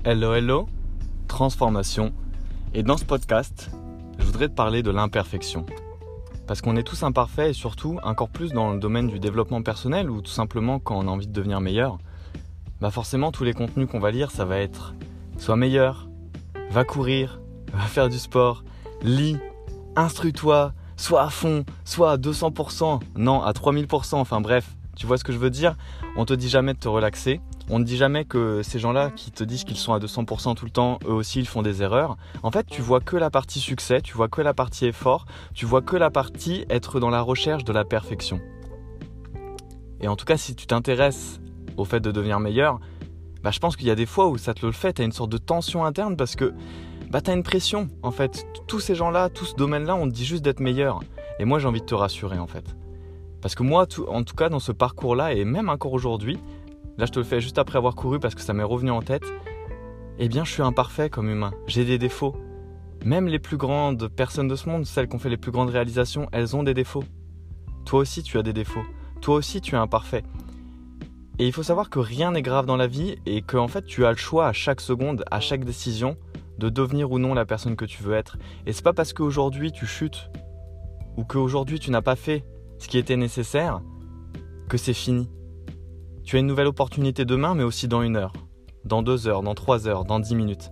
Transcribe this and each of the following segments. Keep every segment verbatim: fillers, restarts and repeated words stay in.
Hello hello, transformation. Et dans ce podcast, je voudrais te parler de l'imperfection. Parce qu'on est tous imparfaits et surtout, encore plus dans le domaine du développement personnel ou tout simplement quand on a envie de devenir meilleur, bah forcément tous les contenus qu'on va lire, ça va être sois meilleur, va courir, va faire du sport, lis, instruis-toi, sois à fond, sois à deux cents pour cent, non à trois mille pour cent, enfin bref, tu vois ce que je veux dire ? On te dit jamais de te relaxer. On ne dit jamais que ces gens-là qui te disent qu'ils sont à deux cents pour cent tout le temps, eux aussi ils font des erreurs. En fait, tu vois que la partie succès, tu vois que la partie effort, tu vois que la partie être dans la recherche de la perfection. Et en tout cas, si tu t'intéresses au fait de devenir meilleur, bah, je pense qu'il y a des fois où ça te le fait, tu as une sorte de tension interne parce que bah, tu as une pression. En fait, tous ces gens-là, tout ce domaine-là, on te dit juste d'être meilleur. Et moi, j'ai envie de te rassurer en fait. Parce que moi, tout, en tout cas, dans ce parcours-là, et même encore aujourd'hui, là, je te le fais juste après avoir couru parce que ça m'est revenu en tête. Eh bien, je suis imparfait comme humain. J'ai des défauts. Même les plus grandes personnes de ce monde, celles qui ont fait les plus grandes réalisations, elles ont des défauts. Toi aussi, tu as des défauts. Toi aussi, tu es imparfait. Et il faut savoir que rien n'est grave dans la vie et que en fait, tu as le choix à chaque seconde, à chaque décision, de devenir ou non la personne que tu veux être. Et c'est pas parce qu'aujourd'hui, tu chutes ou qu'aujourd'hui, tu n'as pas fait ce qui était nécessaire que c'est fini. Tu as une nouvelle opportunité demain, mais aussi dans une heure, dans deux heures, dans trois heures, dans dix minutes.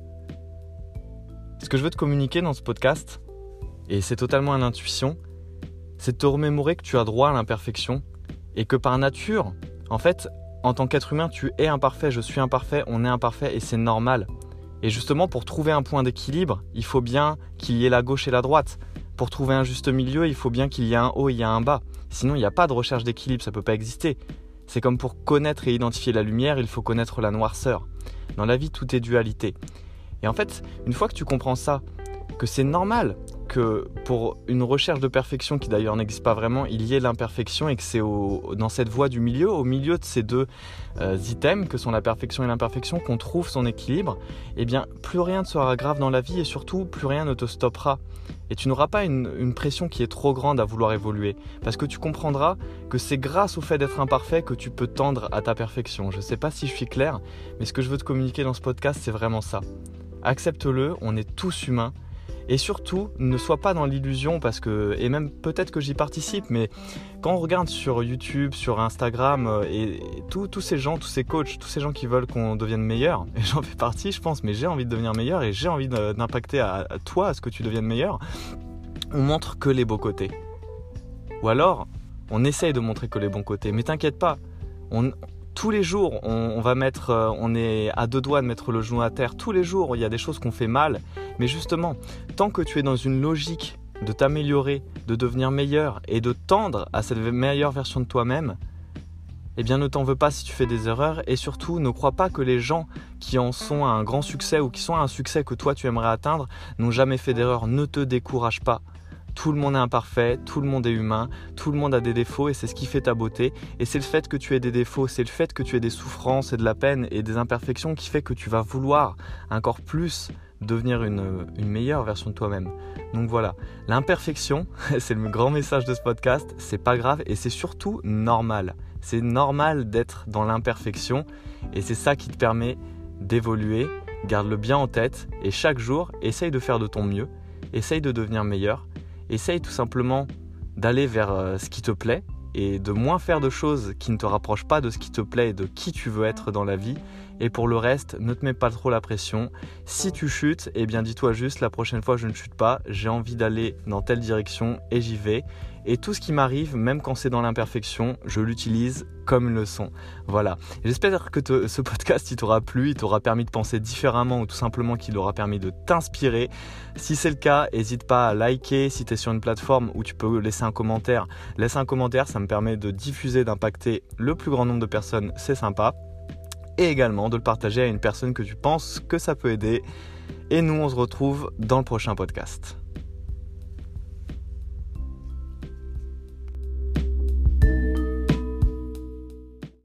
Ce que je veux te communiquer dans ce podcast, et c'est totalement à l'intuition, c'est de te remémorer que tu as droit à l'imperfection et que par nature, en fait, en tant qu'être humain, tu es imparfait, je suis imparfait, on est imparfait et c'est normal. Et justement, pour trouver un point d'équilibre, il faut bien qu'il y ait la gauche et la droite. Pour trouver un juste milieu, il faut bien qu'il y ait un haut et il y a un bas. Sinon, il n'y a pas de recherche d'équilibre, ça ne peut pas exister. C'est comme pour connaître et identifier la lumière, il faut connaître la noirceur. Dans la vie, tout est dualité. Et en fait, une fois que tu comprends ça, que c'est normal que pour une recherche de perfection qui d'ailleurs n'existe pas vraiment, il y ait l'imperfection et que c'est au, dans cette voie du milieu, au milieu de ces deux euh, items que sont la perfection et l'imperfection, qu'on trouve son équilibre, eh bien plus rien ne sera grave dans la vie et surtout plus rien ne te stoppera. Et tu n'auras pas une, une pression qui est trop grande à vouloir évoluer parce que tu comprendras que c'est grâce au fait d'être imparfait que tu peux tendre à ta perfection. Je ne sais pas si je suis clair, mais ce que je veux te communiquer dans ce podcast, c'est vraiment ça. Accepte-le, on est tous humains. Et surtout, ne sois pas dans l'illusion parce que, et même peut-être que j'y participe, mais quand on regarde sur YouTube, sur Instagram, et, et tous ces gens, tous ces coachs, tous ces gens qui veulent qu'on devienne meilleur, et j'en fais partie, je pense, mais j'ai envie de devenir meilleur et j'ai envie d'impacter à, à toi, à ce que tu deviennes meilleur, on montre que les beaux côtés. Ou alors, on essaye de montrer que les bons côtés, mais t'inquiète pas, on... Tous les jours, on, on va mettre, euh, on est à deux doigts de mettre le genou à terre. Tous les jours, il y a des choses qu'on fait mal. Mais justement, tant que tu es dans une logique de t'améliorer, de devenir meilleur et de tendre à cette meilleure version de toi-même, eh bien ne t'en veux pas si tu fais des erreurs. Et surtout, ne crois pas que les gens qui en sont à un grand succès ou qui sont à un succès que toi tu aimerais atteindre n'ont jamais fait d'erreur. Ne te décourage pas. Tout le monde est imparfait, tout le monde est humain, tout le monde a des défauts et c'est ce qui fait ta beauté. Et c'est le fait que tu aies des défauts, c'est le fait que tu aies des souffrances et de la peine et des imperfections qui fait que tu vas vouloir encore plus devenir une, une meilleure version de toi-même. Donc voilà, l'imperfection, c'est le grand message de ce podcast, c'est pas grave et c'est surtout normal. C'est normal d'être dans l'imperfection et c'est ça qui te permet d'évoluer. Garde-le bien en tête et chaque jour, essaye de faire de ton mieux, essaye de devenir meilleur. Essaye tout simplement d'aller vers euh, ce qui te plaît et de moins faire de choses qui ne te rapprochent pas de ce qui te plaît et de qui tu veux être dans la vie. Et pour le reste, ne te mets pas trop la pression. Si tu chutes, eh bien dis-toi juste la prochaine fois je ne chute pas, j'ai envie d'aller dans telle direction et j'y vais. Et tout ce qui m'arrive, même quand c'est dans l'imperfection, je l'utilise comme une leçon. Voilà. J'espère que te, ce podcast il t'aura plu, il t'aura permis de penser différemment ou tout simplement qu'il aura permis de t'inspirer. Si c'est le cas, n'hésite pas à liker. Si tu es sur une plateforme où tu peux laisser un commentaire, laisse un commentaire, ça me permet de diffuser, d'impacter le plus grand nombre de personnes, c'est sympa. Et également de le partager à une personne que tu penses que ça peut aider. Et nous, on se retrouve dans le prochain podcast.